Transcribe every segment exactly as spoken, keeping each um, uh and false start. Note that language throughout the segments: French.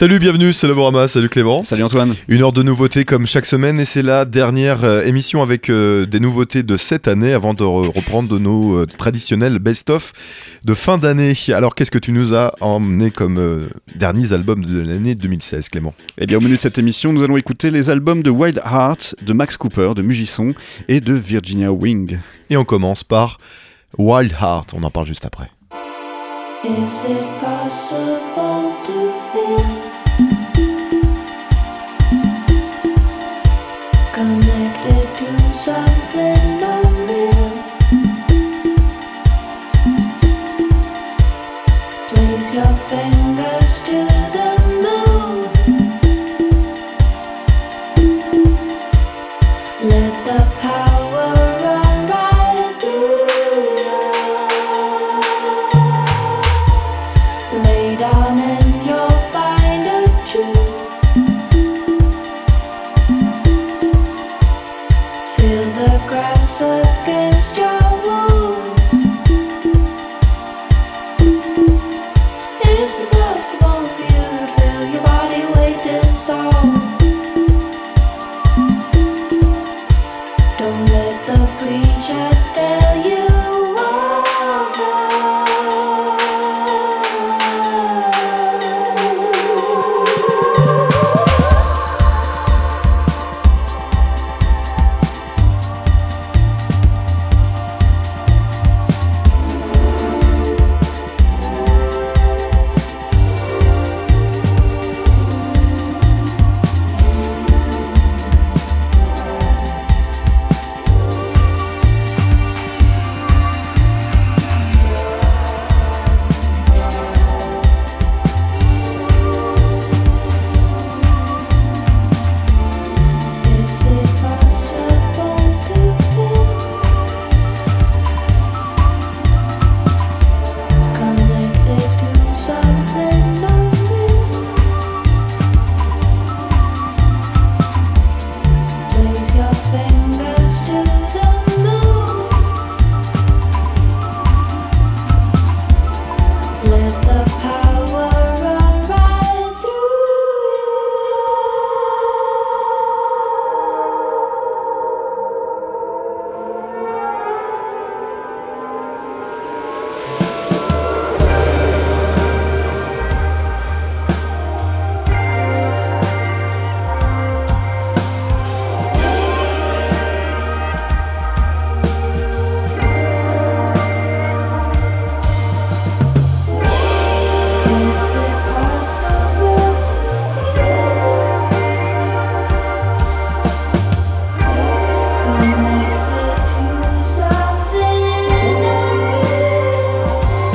Salut, bienvenue, c'est Laborama, salut Clément. Salut Antoine. Une heure de nouveautés comme chaque semaine et c'est la dernière euh, émission avec euh, des nouveautés de cette année avant de re- reprendre nos euh, traditionnels best-of de fin d'année. Alors qu'est-ce que tu nous as emmené comme euh, derniers albums de l'année deux mille seize, Clément ? Eh bien, au menu de cette émission, nous allons écouter les albums de Wild Heart, de Max Cooper, de Mugisson et de Virginia Wing. Et on commence par Wild Heart, on en parle juste après. Is it possible to feel connected to something unreal? Place your fingers to the moon. Let the power run right through you. Lay down and you'll find a truth. Feel the grass against your wounds. It's impossible for you to feel your body weight this song. Don't let the preachers tell you wrong. Is it possible to feel connected to something unreal? Place your fingers to the moon. Let the power run right through Is it possible to feel connected to something unreal?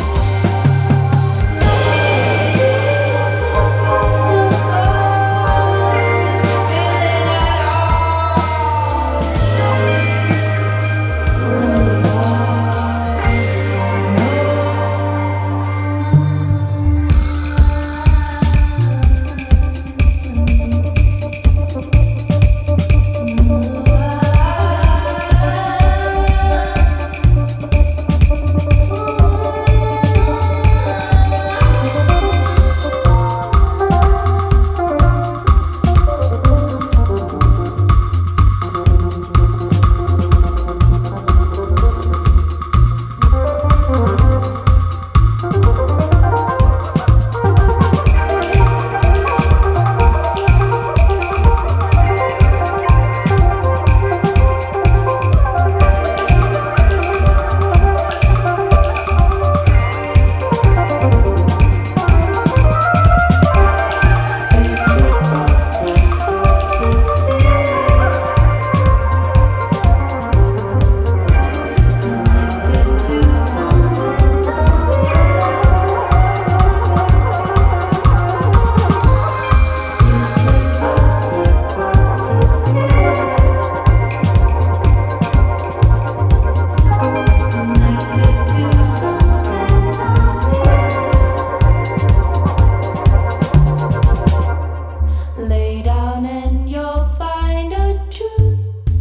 Is it possible to feel it at all? When the eyes Lay down and you'll find a truth.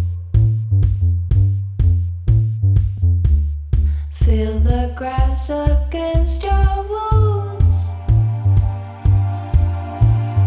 Feel the grass against your wounds.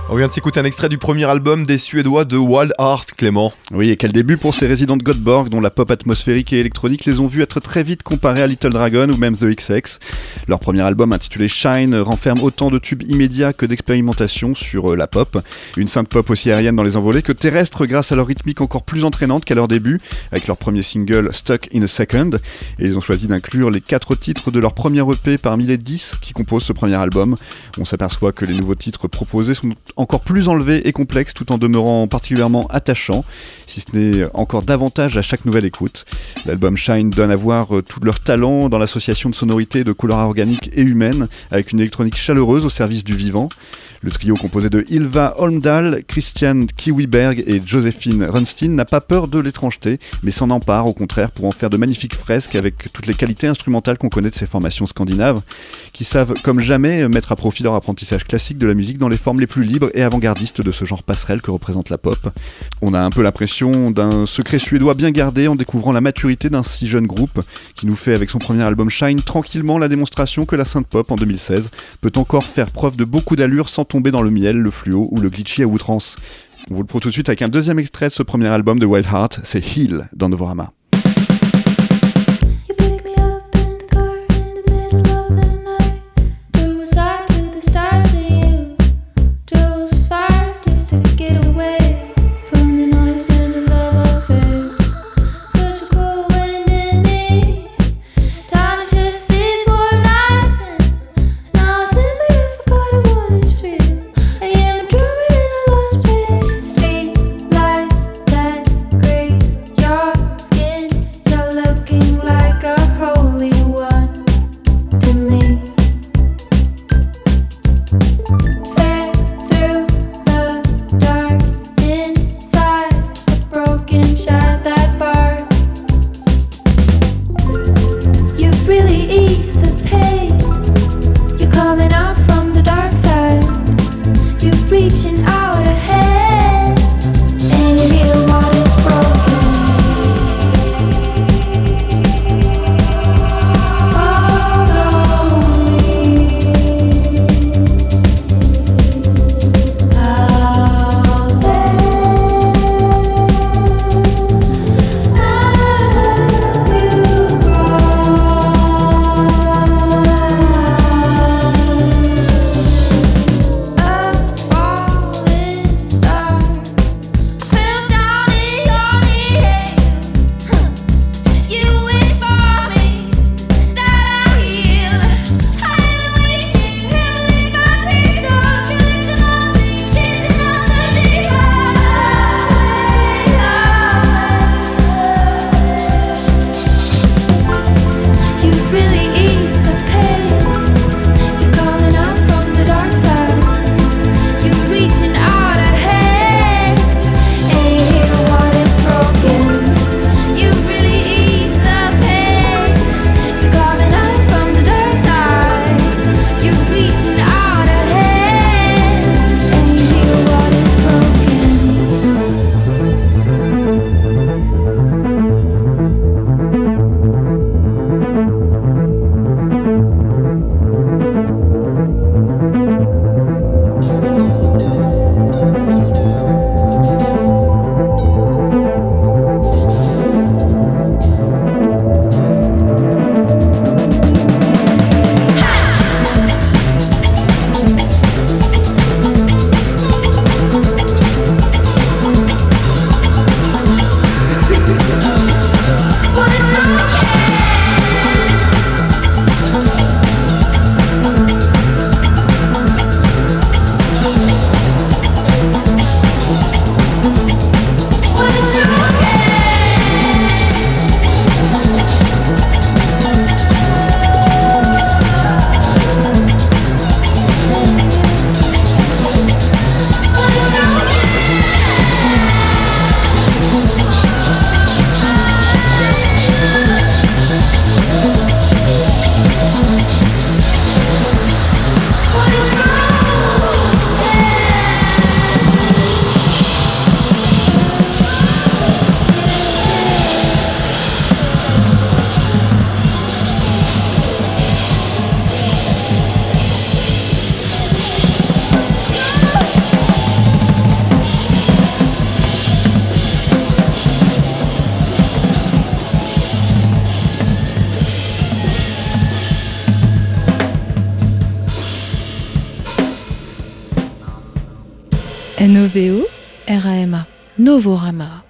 On vient de s'écouter un extrait du premier album des Suédois de Wild Heart, Clément. Oui, et quel début pour ces résidents de Göteborg dont la pop atmosphérique et électronique les ont vus être très vite comparés à Little Dragon ou même The X X. Leur premier album intitulé Shine renferme autant de tubes immédiats que d'expérimentations sur la pop. Une synth pop aussi aérienne dans les envolées que terrestre grâce à leur rythmique encore plus entraînante qu'à leur début, avec leur premier single Stuck in a Second. Et ils ont choisi d'inclure les quatre titres de leur premier E P parmi les dix qui composent ce premier album. On s'aperçoit que les nouveaux titres proposés sont encore plus enlevé et complexe tout en demeurant particulièrement attachant, si ce n'est encore davantage à chaque nouvelle écoute. L'album Shine donne à voir tout leur talent dans l'association de sonorités de couleurs organiques et humaines avec une électronique chaleureuse au service du vivant. Le trio composé de Ylva Holmdahl, Christian Kiwiberg et Joséphine Runstein n'a pas peur de l'étrangeté, mais s'en empare au contraire pour en faire de magnifiques fresques avec toutes les qualités instrumentales qu'on connaît de ces formations scandinaves, qui savent comme jamais mettre à profit leur apprentissage classique de la musique dans les formes les plus libres et avant-gardistes de ce genre passerelle que représente la pop. On a un peu l'impression d'un secret suédois bien gardé en découvrant la maturité d'un si jeune groupe qui nous fait avec son premier album Shine tranquillement la démonstration que la synth-pop en deux mille seize peut encore faire preuve de beaucoup d'allure sans tomber dans le miel, le fluo ou le glitchy à outrance. On vous le prouve tout de suite avec un deuxième extrait de ce premier album de Wild Heart, c'est Heal dans Novorama. N O V O R A M A. Novorama.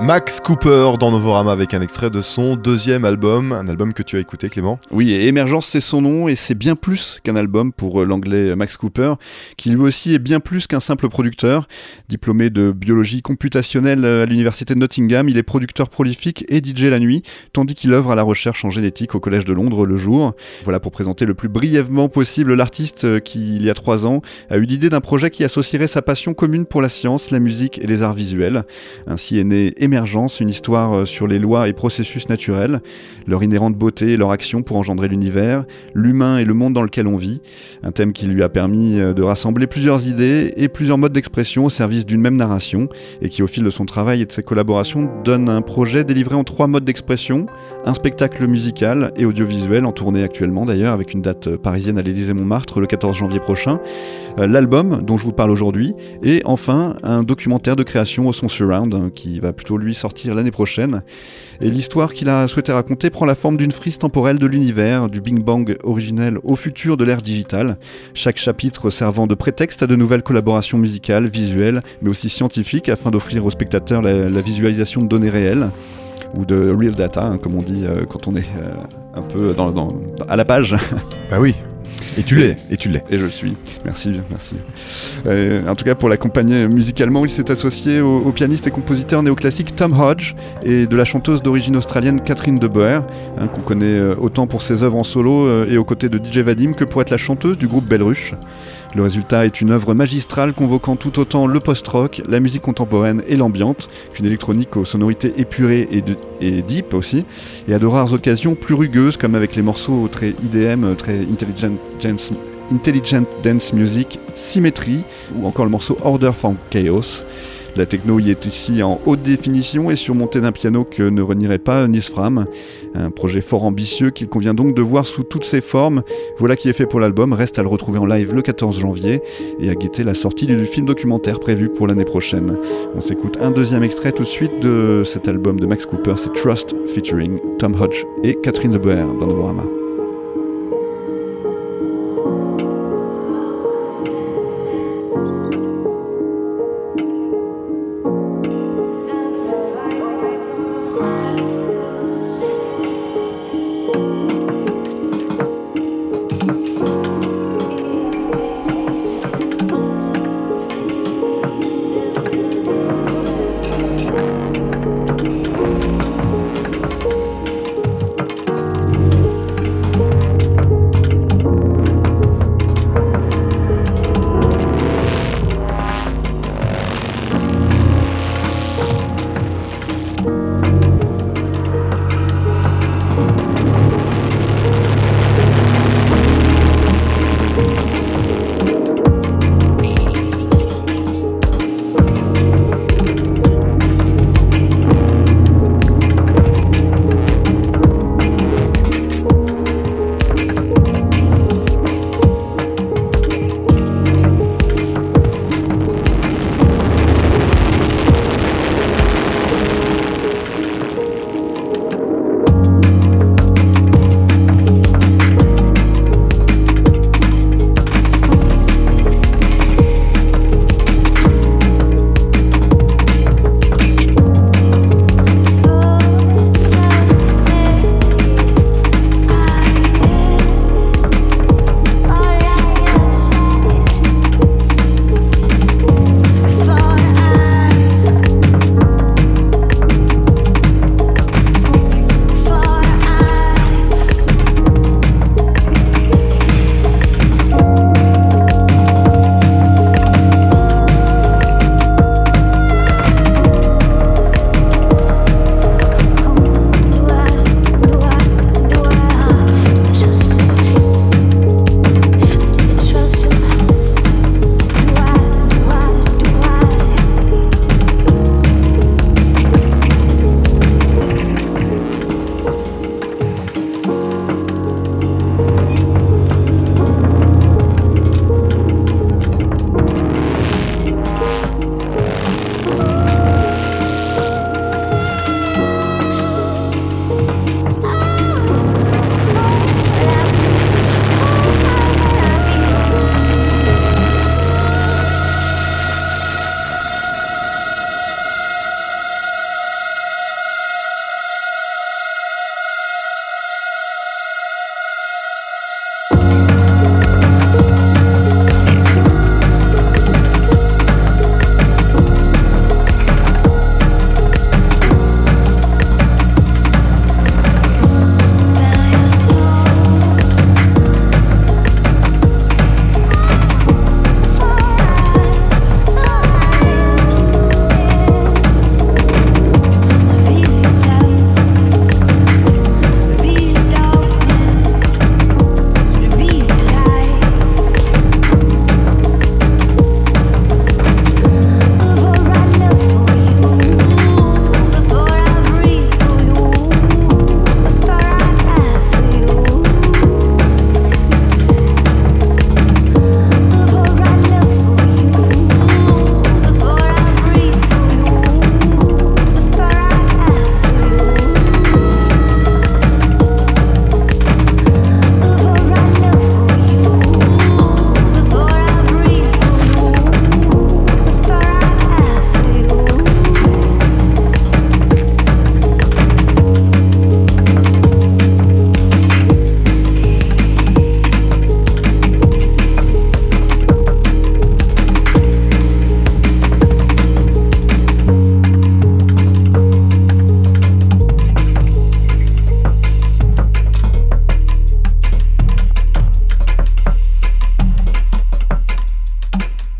Max Cooper dans Novorama avec un extrait de son deuxième album, un album que tu as écouté Clément. Oui, et Émergence c'est son nom et c'est bien plus qu'un album pour l'anglais Max Cooper, qui lui aussi est bien plus qu'un simple producteur. Diplômé de biologie computationnelle à l'université de Nottingham, il est producteur prolifique et D J la nuit, tandis qu'il œuvre à la recherche en génétique au Collège de Londres le jour. Voilà pour présenter le plus brièvement possible l'artiste qui, il y a trois ans, a eu l'idée d'un projet qui associerait sa passion commune pour la science, la musique et les arts visuels. Ainsi est né Émergence, une histoire sur les lois et processus naturels, leur inhérente beauté et leur action pour engendrer l'univers, l'humain et le monde dans lequel on vit. Un thème qui lui a permis de rassembler plusieurs idées et plusieurs modes d'expression au service d'une même narration, et qui au fil de son travail et de ses collaborations donne un projet délivré en trois modes d'expression, un spectacle musical et audiovisuel en tournée actuellement d'ailleurs, avec une date parisienne à l'Élysée-Montmartre le quatorze janvier prochain, l'album dont je vous parle aujourd'hui, et enfin un documentaire de création au son surround qui va plutôt lui sortir l'année prochaine. Et l'histoire qu'il a souhaité raconter prend la forme d'une frise temporelle de l'univers, du Big Bang originel au futur de l'ère digitale, chaque chapitre servant de prétexte à de nouvelles collaborations musicales, visuelles, mais aussi scientifiques, afin d'offrir aux spectateurs la, la visualisation de données réelles, ou de real data, hein, comme on dit euh, quand on est euh, un peu dans, dans, à la page. Bah oui. Et tu l'es, et tu l'es. Et je le suis. Merci, merci. Euh, en tout cas, pour l'accompagner musicalement, il s'est associé au, au pianiste et compositeur néoclassique Tom Hodge et de la chanteuse d'origine australienne Catherine de Boer, hein, qu'on connaît euh, autant pour ses œuvres en solo euh, et aux côtés de D J Vadim que pour être la chanteuse du groupe Belle Ruche. Le résultat est une œuvre magistrale convoquant tout autant le post-rock, la musique contemporaine et l'ambiante, qu'une électronique aux sonorités épurées et, de, et deep aussi, et à de rares occasions plus rugueuses, comme avec les morceaux très I D M, très intelligent dance, intelligent dance music, Symmetry, ou encore le morceau Order from Chaos. La techno y est ici en haute définition et surmontée d'un piano que ne renierait pas Nils Fram. Un projet fort ambitieux qu'il convient donc de voir sous toutes ses formes. Voilà qui est fait pour l'album, reste à le retrouver en live le quatorze janvier et à guetter la sortie du film documentaire prévu pour l'année prochaine. On s'écoute un deuxième extrait tout de suite de cet album de Max Cooper, c'est Trust featuring Tom Hodge et Catherine de Boer dans Novorama.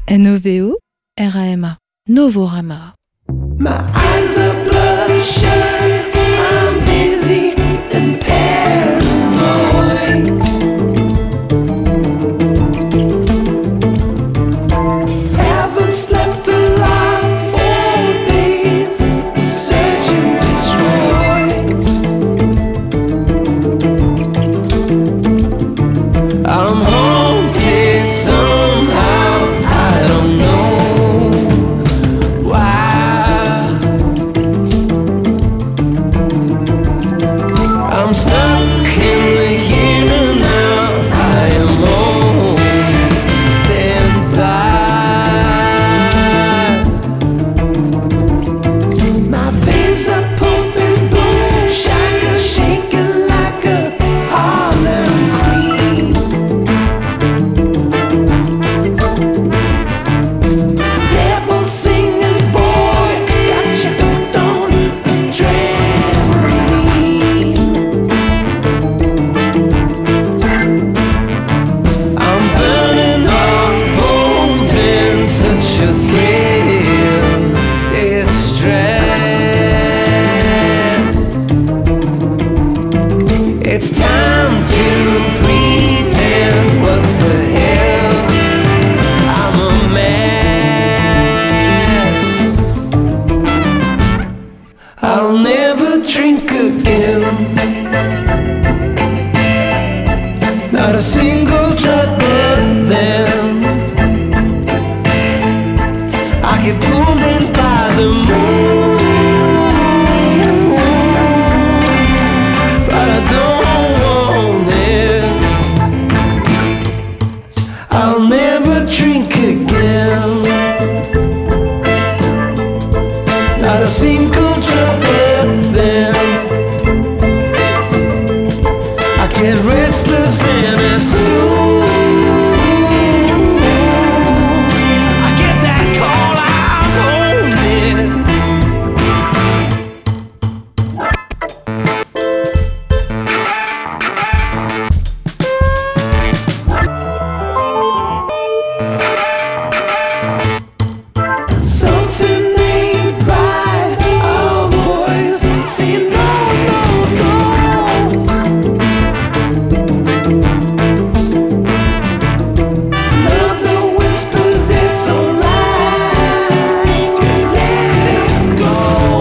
N O V O R A M A. Novorama. My eyes are bloodshot, I'm dizzy and paranoid. Haven't slept a lot for days, search and destroy. I'm haunted somehow, I don't know why. I'm stuck in the here and now. I am on standby. My veins are pumping, boom, shaka, shaking like a Harlem queen. Devil singing, boy, got you hooked on adrenaline. I'm burning off both in such a thrill, distress. It's time to pretend, what the hell, I'm a mess. I'll never drink again, not a single drop, but then I get pulled in by the moon, but I don't want it. I'll never drink again, not a single drop, but then I get restless and as soon I get that call, I'm on it. Something ain't right, our voice saying no, no, no. Another whispers it's alright, just let it go.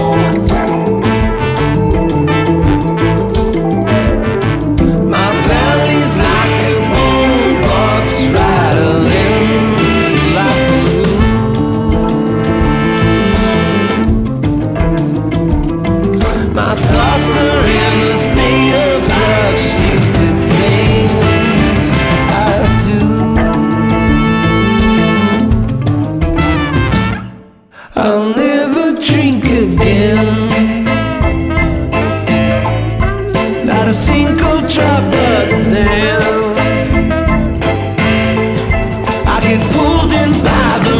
My belly's like a boombox rattling like glue. My thoughts are in a state of flux, stupid things I do. I'll never drink again, not a single drop, but then I get pulled in by the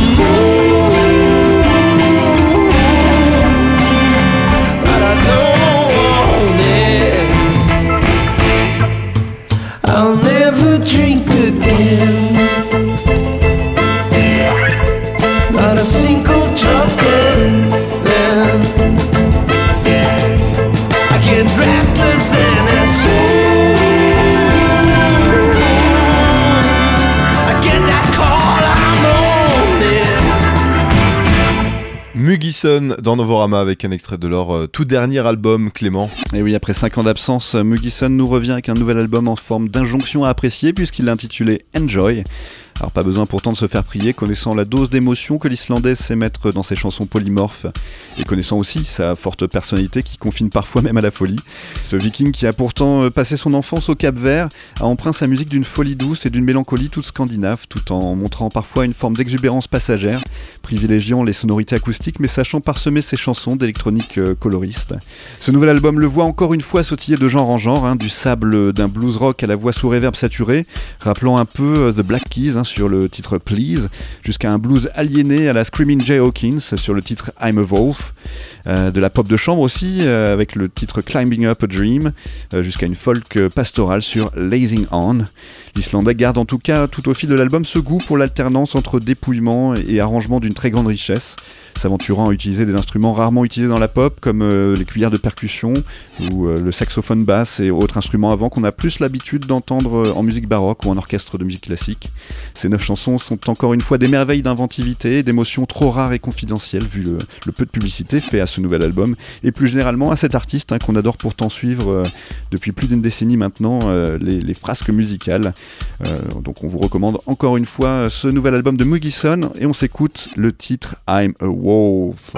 moon, but I don't want it. I'll never drink again, not a single drop, but then I get restless and as soon I get that call, I'm on it. Mugison dans Novorama avec un extrait de leur euh, tout dernier album, Clément. Et oui, après cinq ans d'absence, Mugison nous revient avec un nouvel album en forme d'injonction à apprécier puisqu'il l'a intitulé Enjoy. Alors pas besoin pourtant de se faire prier, connaissant la dose d'émotion que l'Islandais sait mettre dans ses chansons polymorphes et connaissant aussi sa forte personnalité qui confine parfois même à la folie. Ce viking qui a pourtant passé son enfance au Cap-Vert a empreint sa musique d'une folie douce et d'une mélancolie toute scandinave, tout en montrant parfois une forme d'exubérance passagère, privilégiant les sonorités acoustiques mais sachant parsemer ses chansons d'électronique euh, coloriste. Ce nouvel album le voit encore une fois sautiller de genre en genre, hein, du sable d'un blues rock à la voix sous réverb saturée, rappelant un peu euh, The Black Keys, hein, sur le titre Please, jusqu'à un blues aliéné à la Screaming Jay Hawkins sur le titre I'm a Wolf, euh, de la pop de chambre aussi euh, avec le titre Climbing Up a Dream, euh, jusqu'à une folk pastorale sur Lazing On. L'Islandais garde en tout cas tout au fil de l'album ce goût pour l'alternance entre dépouillement et arrangement d'une très grande richesse, s'aventurant à utiliser des instruments rarement utilisés dans la pop comme euh, les cuillères de percussion ou euh, le saxophone basse et autres instruments avant qu'on a plus l'habitude d'entendre en musique baroque ou en orchestre de musique classique. Ces neuf chansons sont encore une fois des merveilles d'inventivité, d'émotions trop rares et confidentielles vu le, le peu de publicité fait à ce nouvel album et plus généralement à cet artiste hein, qu'on adore pourtant suivre euh, depuis plus d'une décennie maintenant, euh, les, les frasques musicales. Euh, donc on vous recommande encore une fois ce nouvel album de Mugison et on s'écoute le titre I'm a Wolf.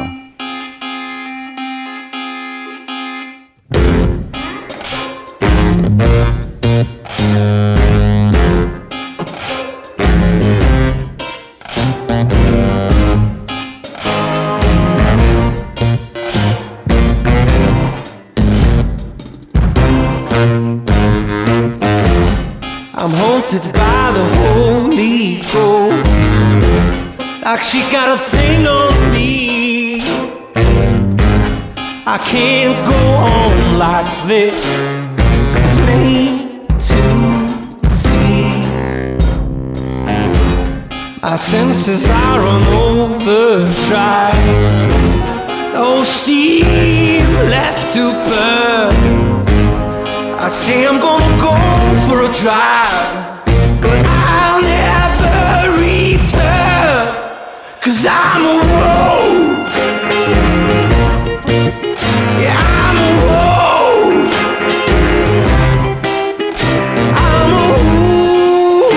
I'm haunted by the Holy Ghost, like she got a thing on me. I can't go on like this, it's plain to see. My senses are on overdrive, no steam left to burn. I say I'm gonna go for a drive, but I'll never return, 'cause I'm a wolf. Yeah, I'm a wolf. I'm a wolf.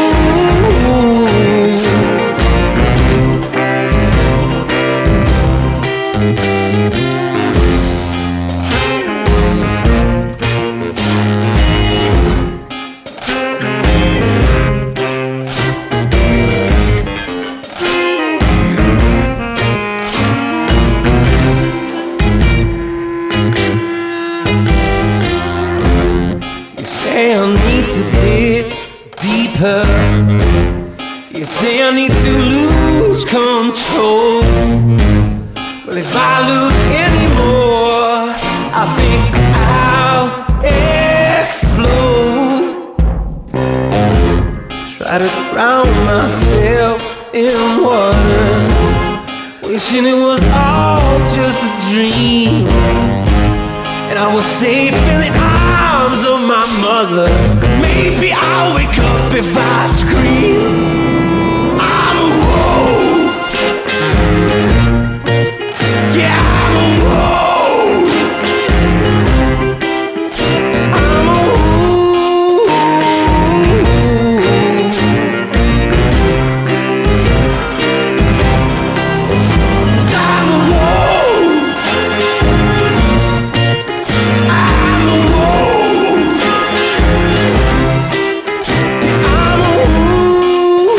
I need to dig deeper. You say I need to lose control. Well, if I lose any more, I think I'll explode. Try to drown myself in water, wishing it was all just a dream, and I was safe in the arms of my mother. Maybe I'll wake up if I scream. I'm a wolf. Yeah, I'm a wolf. I'm a wolf. I'm a wolf. I'm a wolf. I'm a wolf.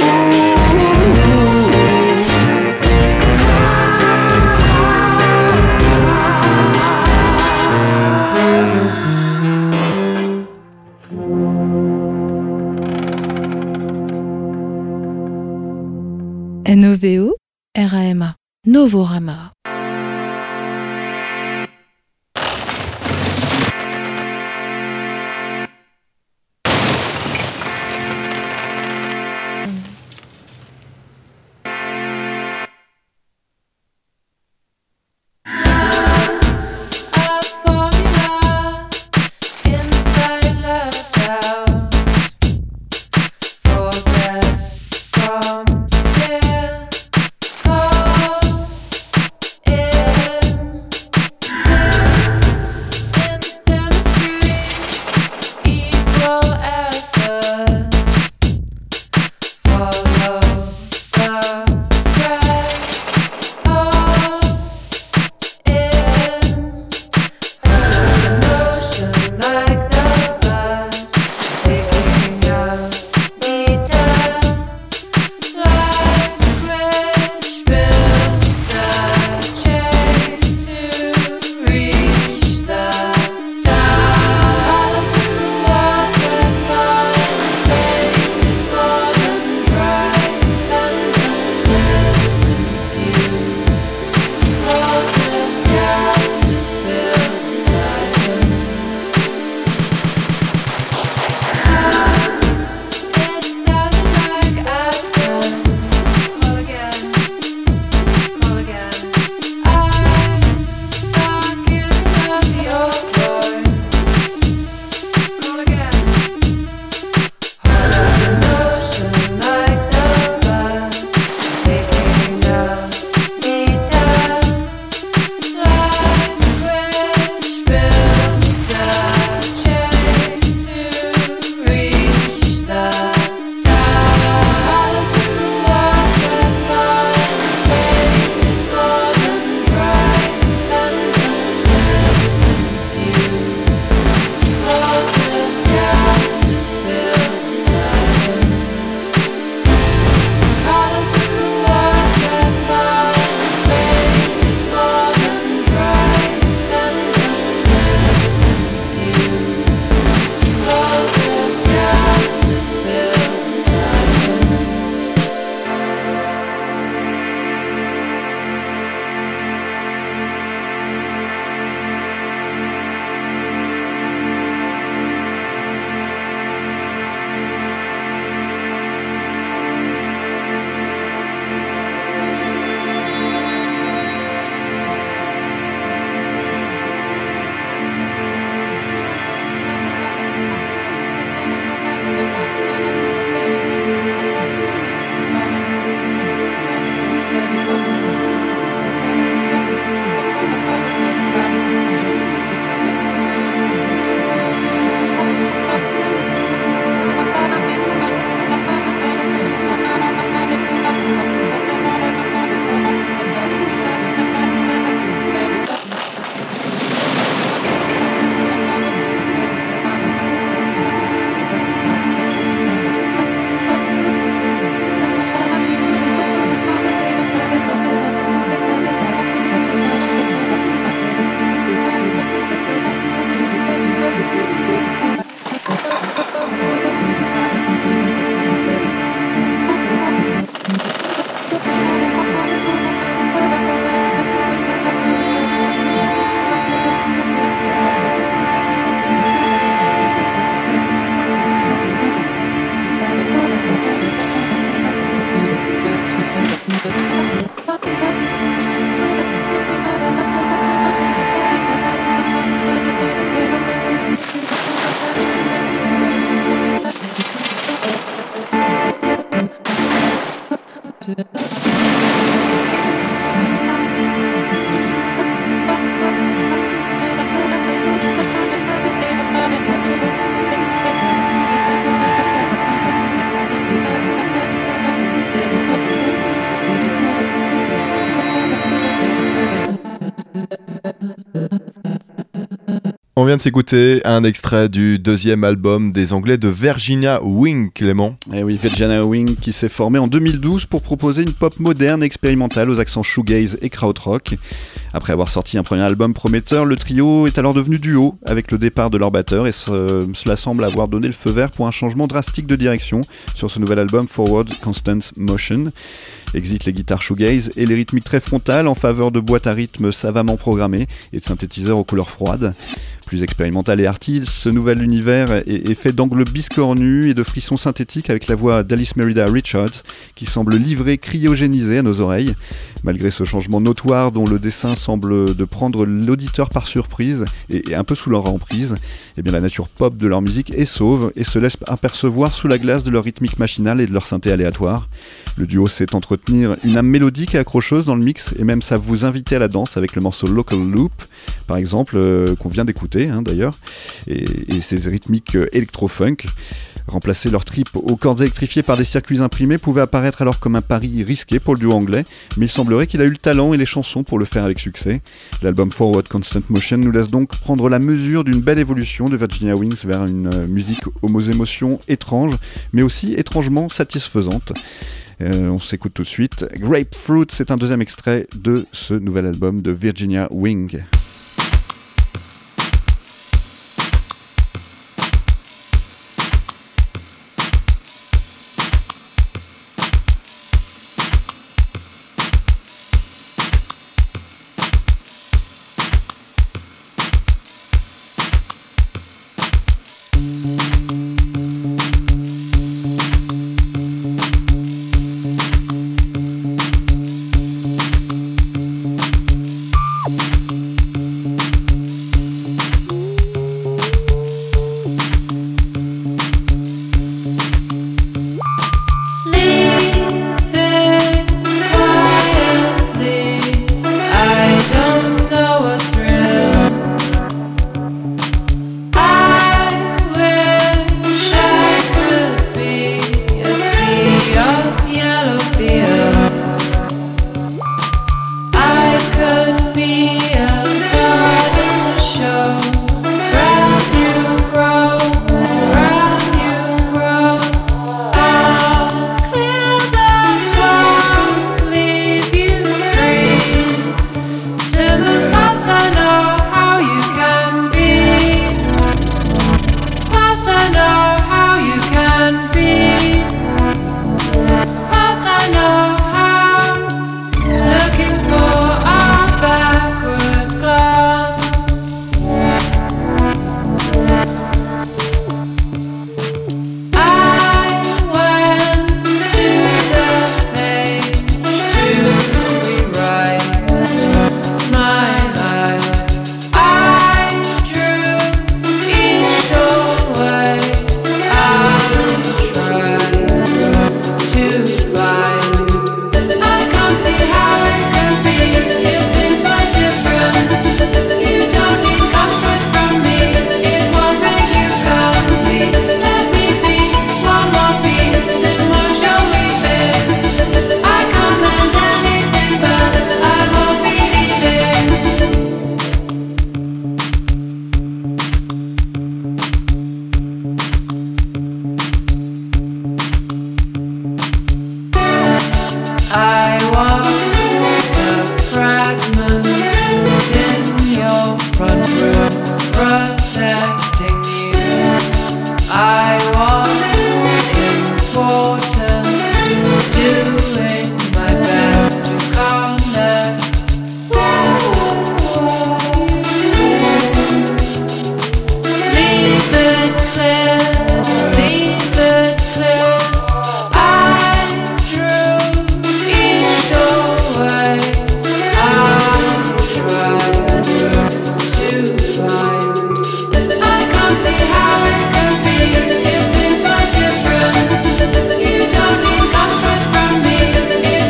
N O V O R A M A Novorama. A formula inside left out. Forget from here. Call On vient de s'écouter un extrait du deuxième album des Anglais de Virginia Wing, Clément. Eh oui, Virginia Wing qui s'est formé en deux mille douze pour proposer une pop moderne et expérimentale aux accents shoegaze et krautrock. Après avoir sorti un premier album prometteur, le trio est alors devenu duo avec le départ de leur batteur et ce, cela semble avoir donné le feu vert pour un changement drastique de direction sur ce nouvel album Forward Constant Motion. Exit les guitares shoegaze et les rythmiques très frontales en faveur de boîtes à rythme savamment programmées et de synthétiseurs aux couleurs froides. Plus expérimental et arty, ce nouvel univers est, est fait d'angles biscornus et de frissons synthétiques avec la voix d'Alice Merida Richards qui semble livrée cryogénisée à nos oreilles. Malgré ce changement notoire dont le dessin semble de prendre l'auditeur par surprise et, et un peu sous leur emprise, eh bien la nature pop de leur musique est sauve et se laisse apercevoir sous la glace de leur rythmique machinale et de leur synthé aléatoire. Le duo sait entretenir une âme mélodique et accrocheuse dans le mix et même ça vous inviter à la danse avec le morceau Local Loop par exemple euh, qu'on vient d'écouter hein, d'ailleurs et, et ses rythmiques euh, électro-funk. Remplacer leur trip aux cordes électrifiées par des circuits imprimés pouvait apparaître alors comme un pari risqué pour le duo anglais, mais il semblerait qu'il a eu le talent et les chansons pour le faire avec succès. L'album Forward Constant Motion nous laisse donc prendre la mesure d'une belle évolution de Virginia Wings vers une euh, musique aux émotions étranges, mais aussi étrangement satisfaisante. Euh, on s'écoute tout de suite. Grapefruit, c'est un deuxième extrait de ce nouvel album de Virginia Wing. It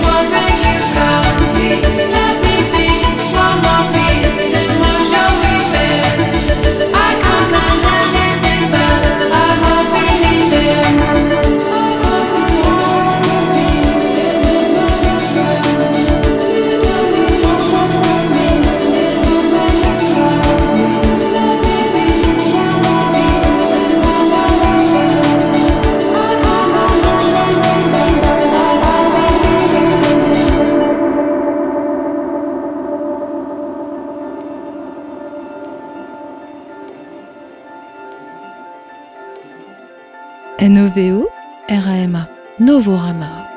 Novorama.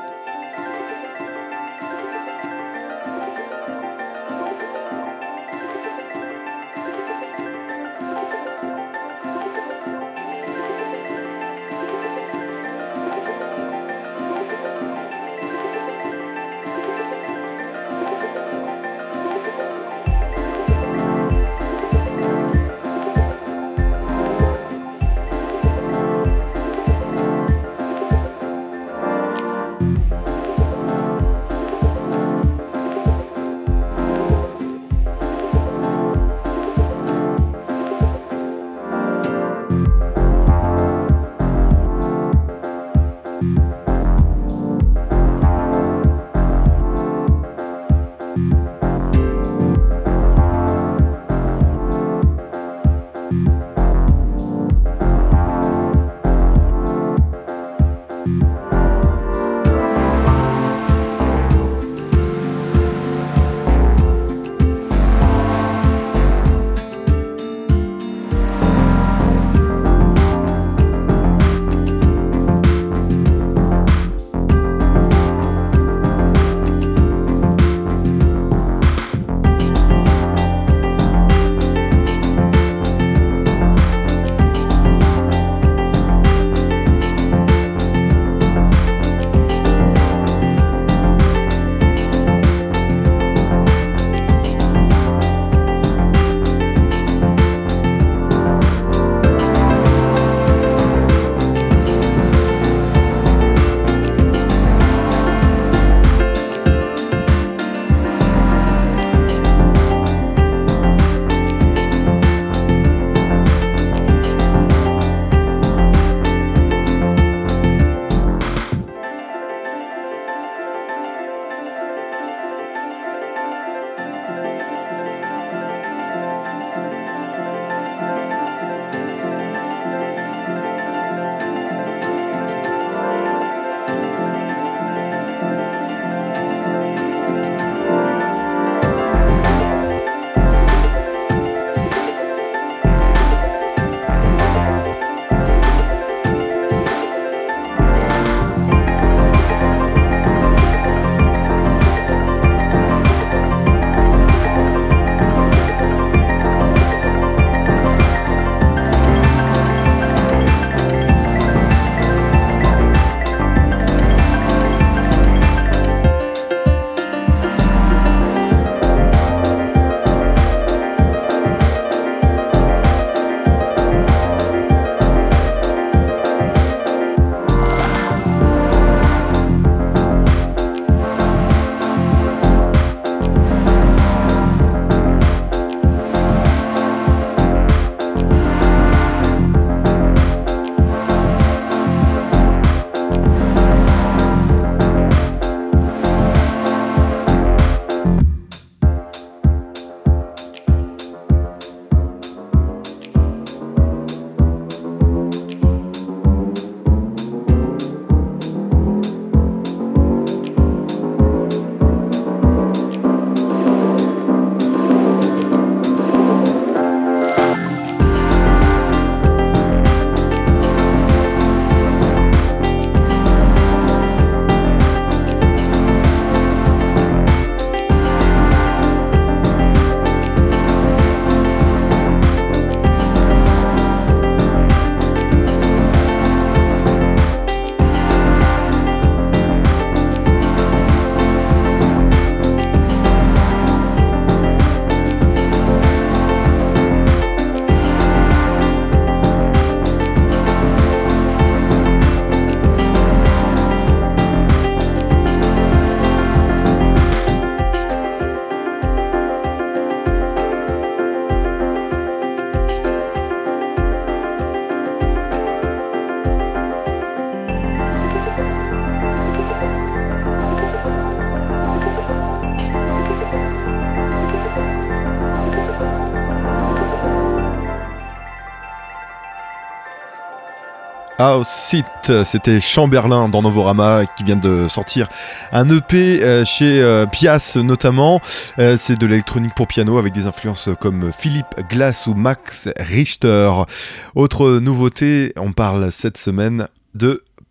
House Seat, c'était Chamberlain dans Novorama qui vient de sortir un E P euh, chez euh, Pias notamment. Euh, c'est de l'électronique pour piano avec des influences comme Philippe Glass ou Max Richter. Autre nouveauté, on parle cette semaine de P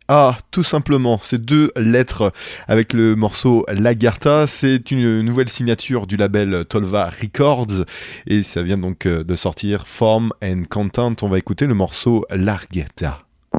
Ah, tout simplement, ces deux lettres avec le morceau Lagarta, c'est une nouvelle signature du label Tolva Records et ça vient donc de sortir Form and Content. On va écouter le morceau Larghetta.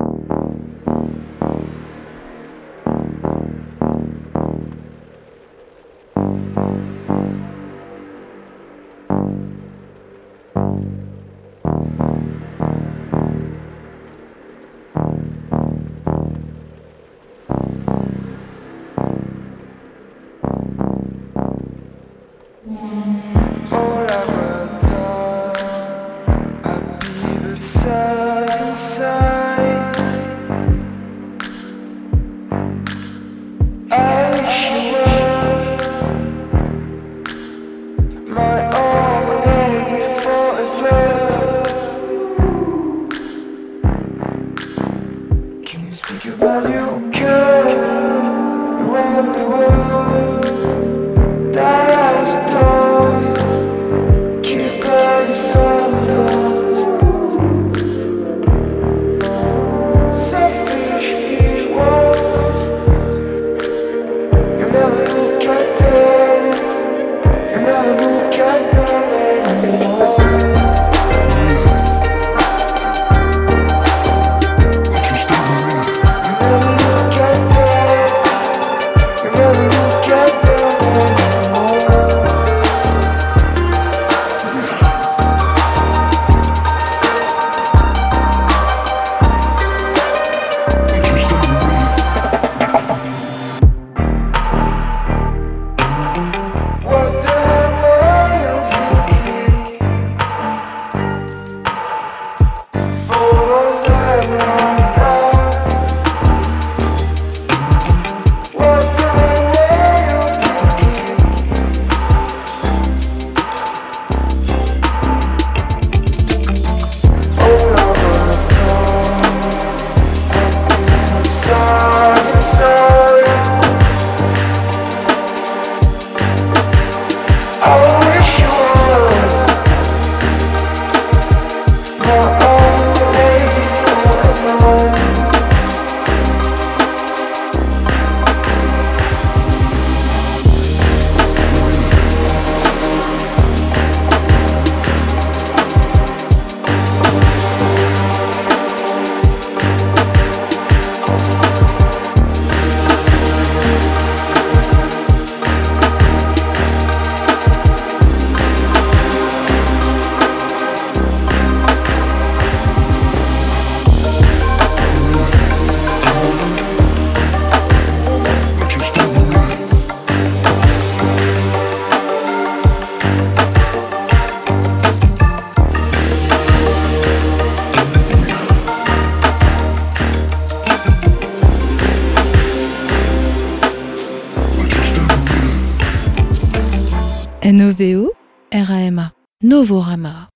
N O V O R A M A Novorama.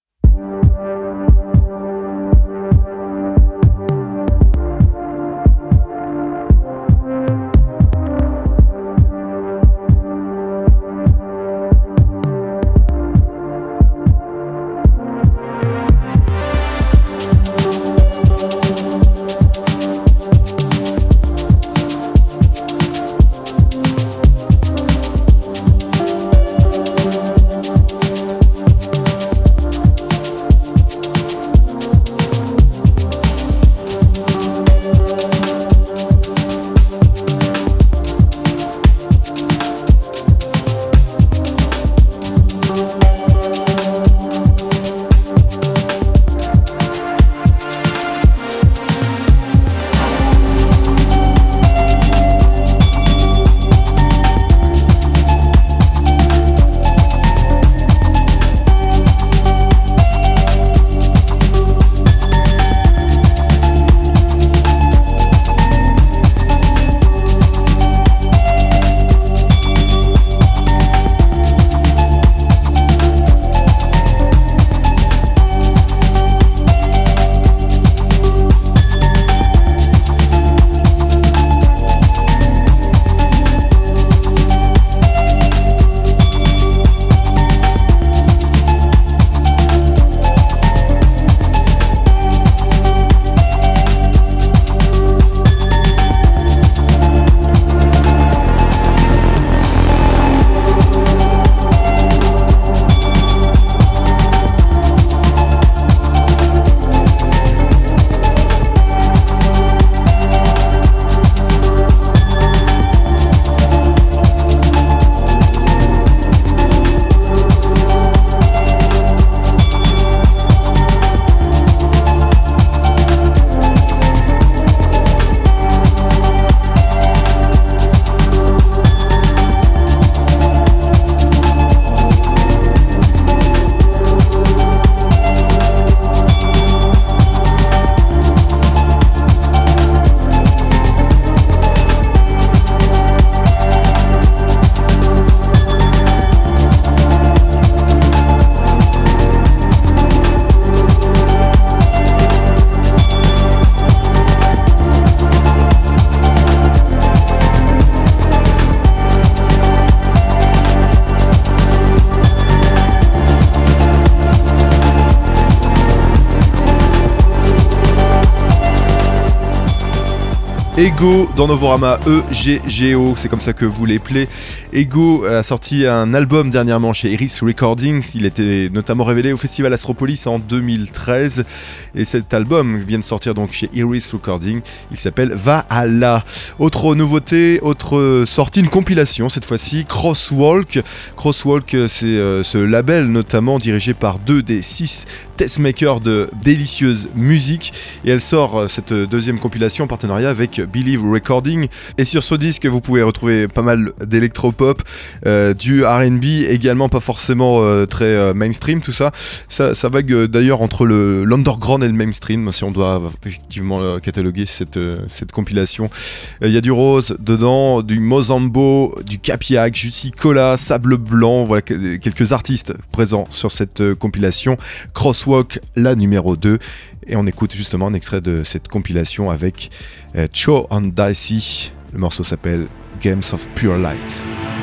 Ego dans Novorama, E G G O, c'est comme ça que vous l'appelez. Ego a sorti un album dernièrement chez Iris Recordings, il était notamment révélé au Festival Astropolis en deux mille treize et cet album vient de sortir donc chez Iris Recordings, il s'appelle Valhalla. Autre nouveauté, autre sortie, une compilation cette fois-ci, Crosswalk. Crosswalk, c'est euh, ce label notamment dirigé par deux des six testmakers de délicieuse musique et elle sort euh, cette deuxième compilation en partenariat avec Believe Recording. Et sur ce disque, vous pouvez retrouver pas mal d'électropop, euh, du R and B, également pas forcément euh, très euh, mainstream, tout ça. Ça, ça vague euh, d'ailleurs entre le, l'underground et le mainstream, si on doit effectivement euh, cataloguer cette, euh, cette compilation. Il euh, y a du Rose dedans, du Mozambo, du Capiac, Jussi Cola, Sable Blanc, voilà quelques artistes présents sur cette euh, compilation. Crosswalk, la numéro deux. Et on écoute justement un extrait de cette compilation avec euh, Cho and Dicey. Le morceau s'appelle Games of Pure Light.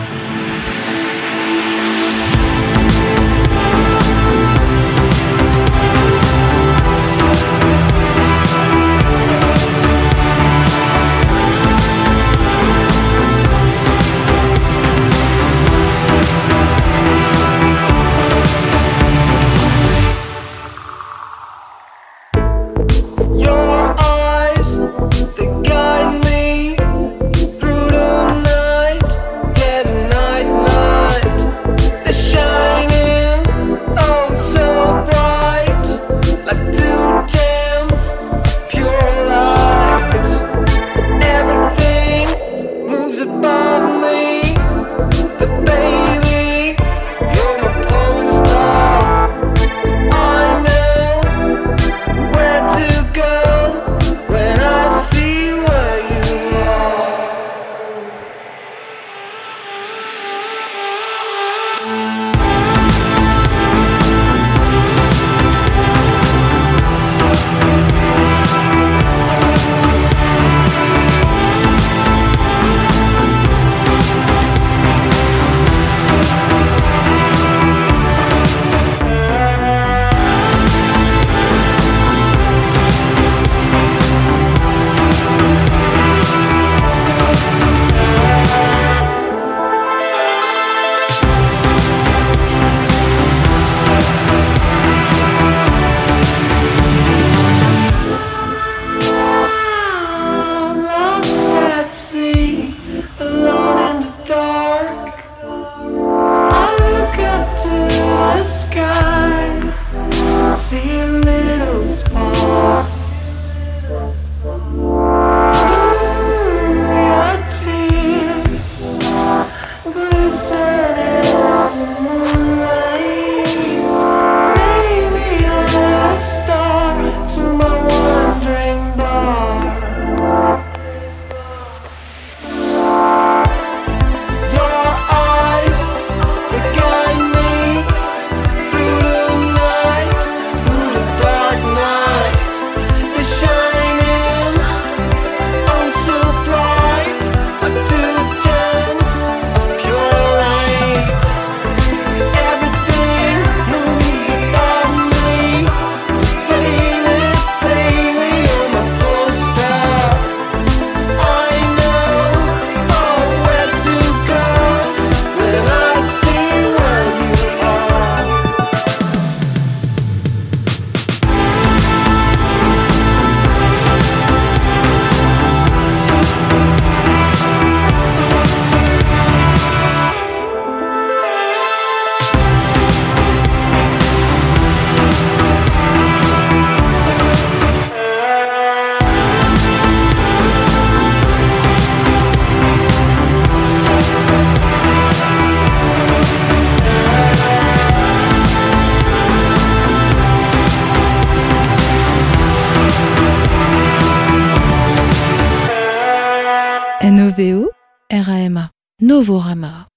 N O V O R A M A Novorama.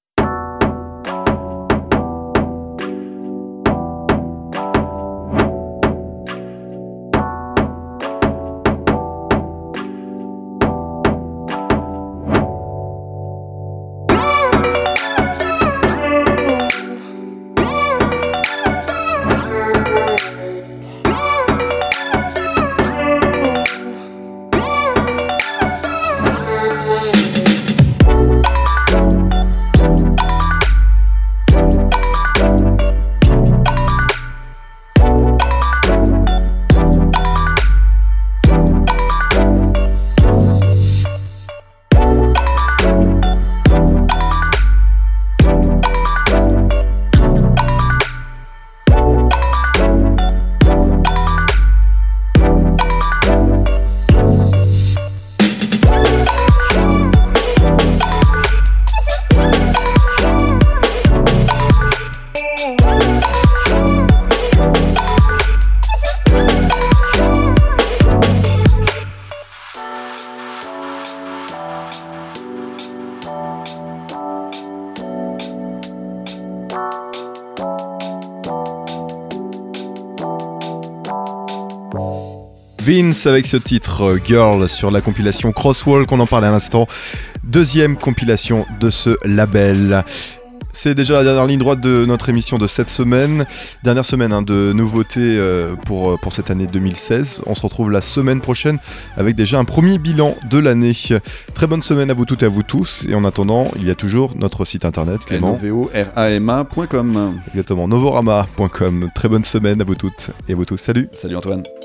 Vince avec ce titre euh, Girl sur la compilation Crosswalk, on en parlait à l'instant. Deuxième compilation de ce label. C'est déjà la dernière ligne droite de notre émission de cette semaine. Dernière semaine hein, de nouveautés euh, pour, pour cette année deux mille seize. On se retrouve la semaine prochaine avec déjà un premier bilan de l'année. Très bonne semaine à vous toutes et à vous tous. Et en attendant, il y a toujours notre site internet, Clément. N O V O R A M A point com. Exactement, novorama point com. Très bonne semaine à vous toutes et à vous tous. Salut. Salut Antoine.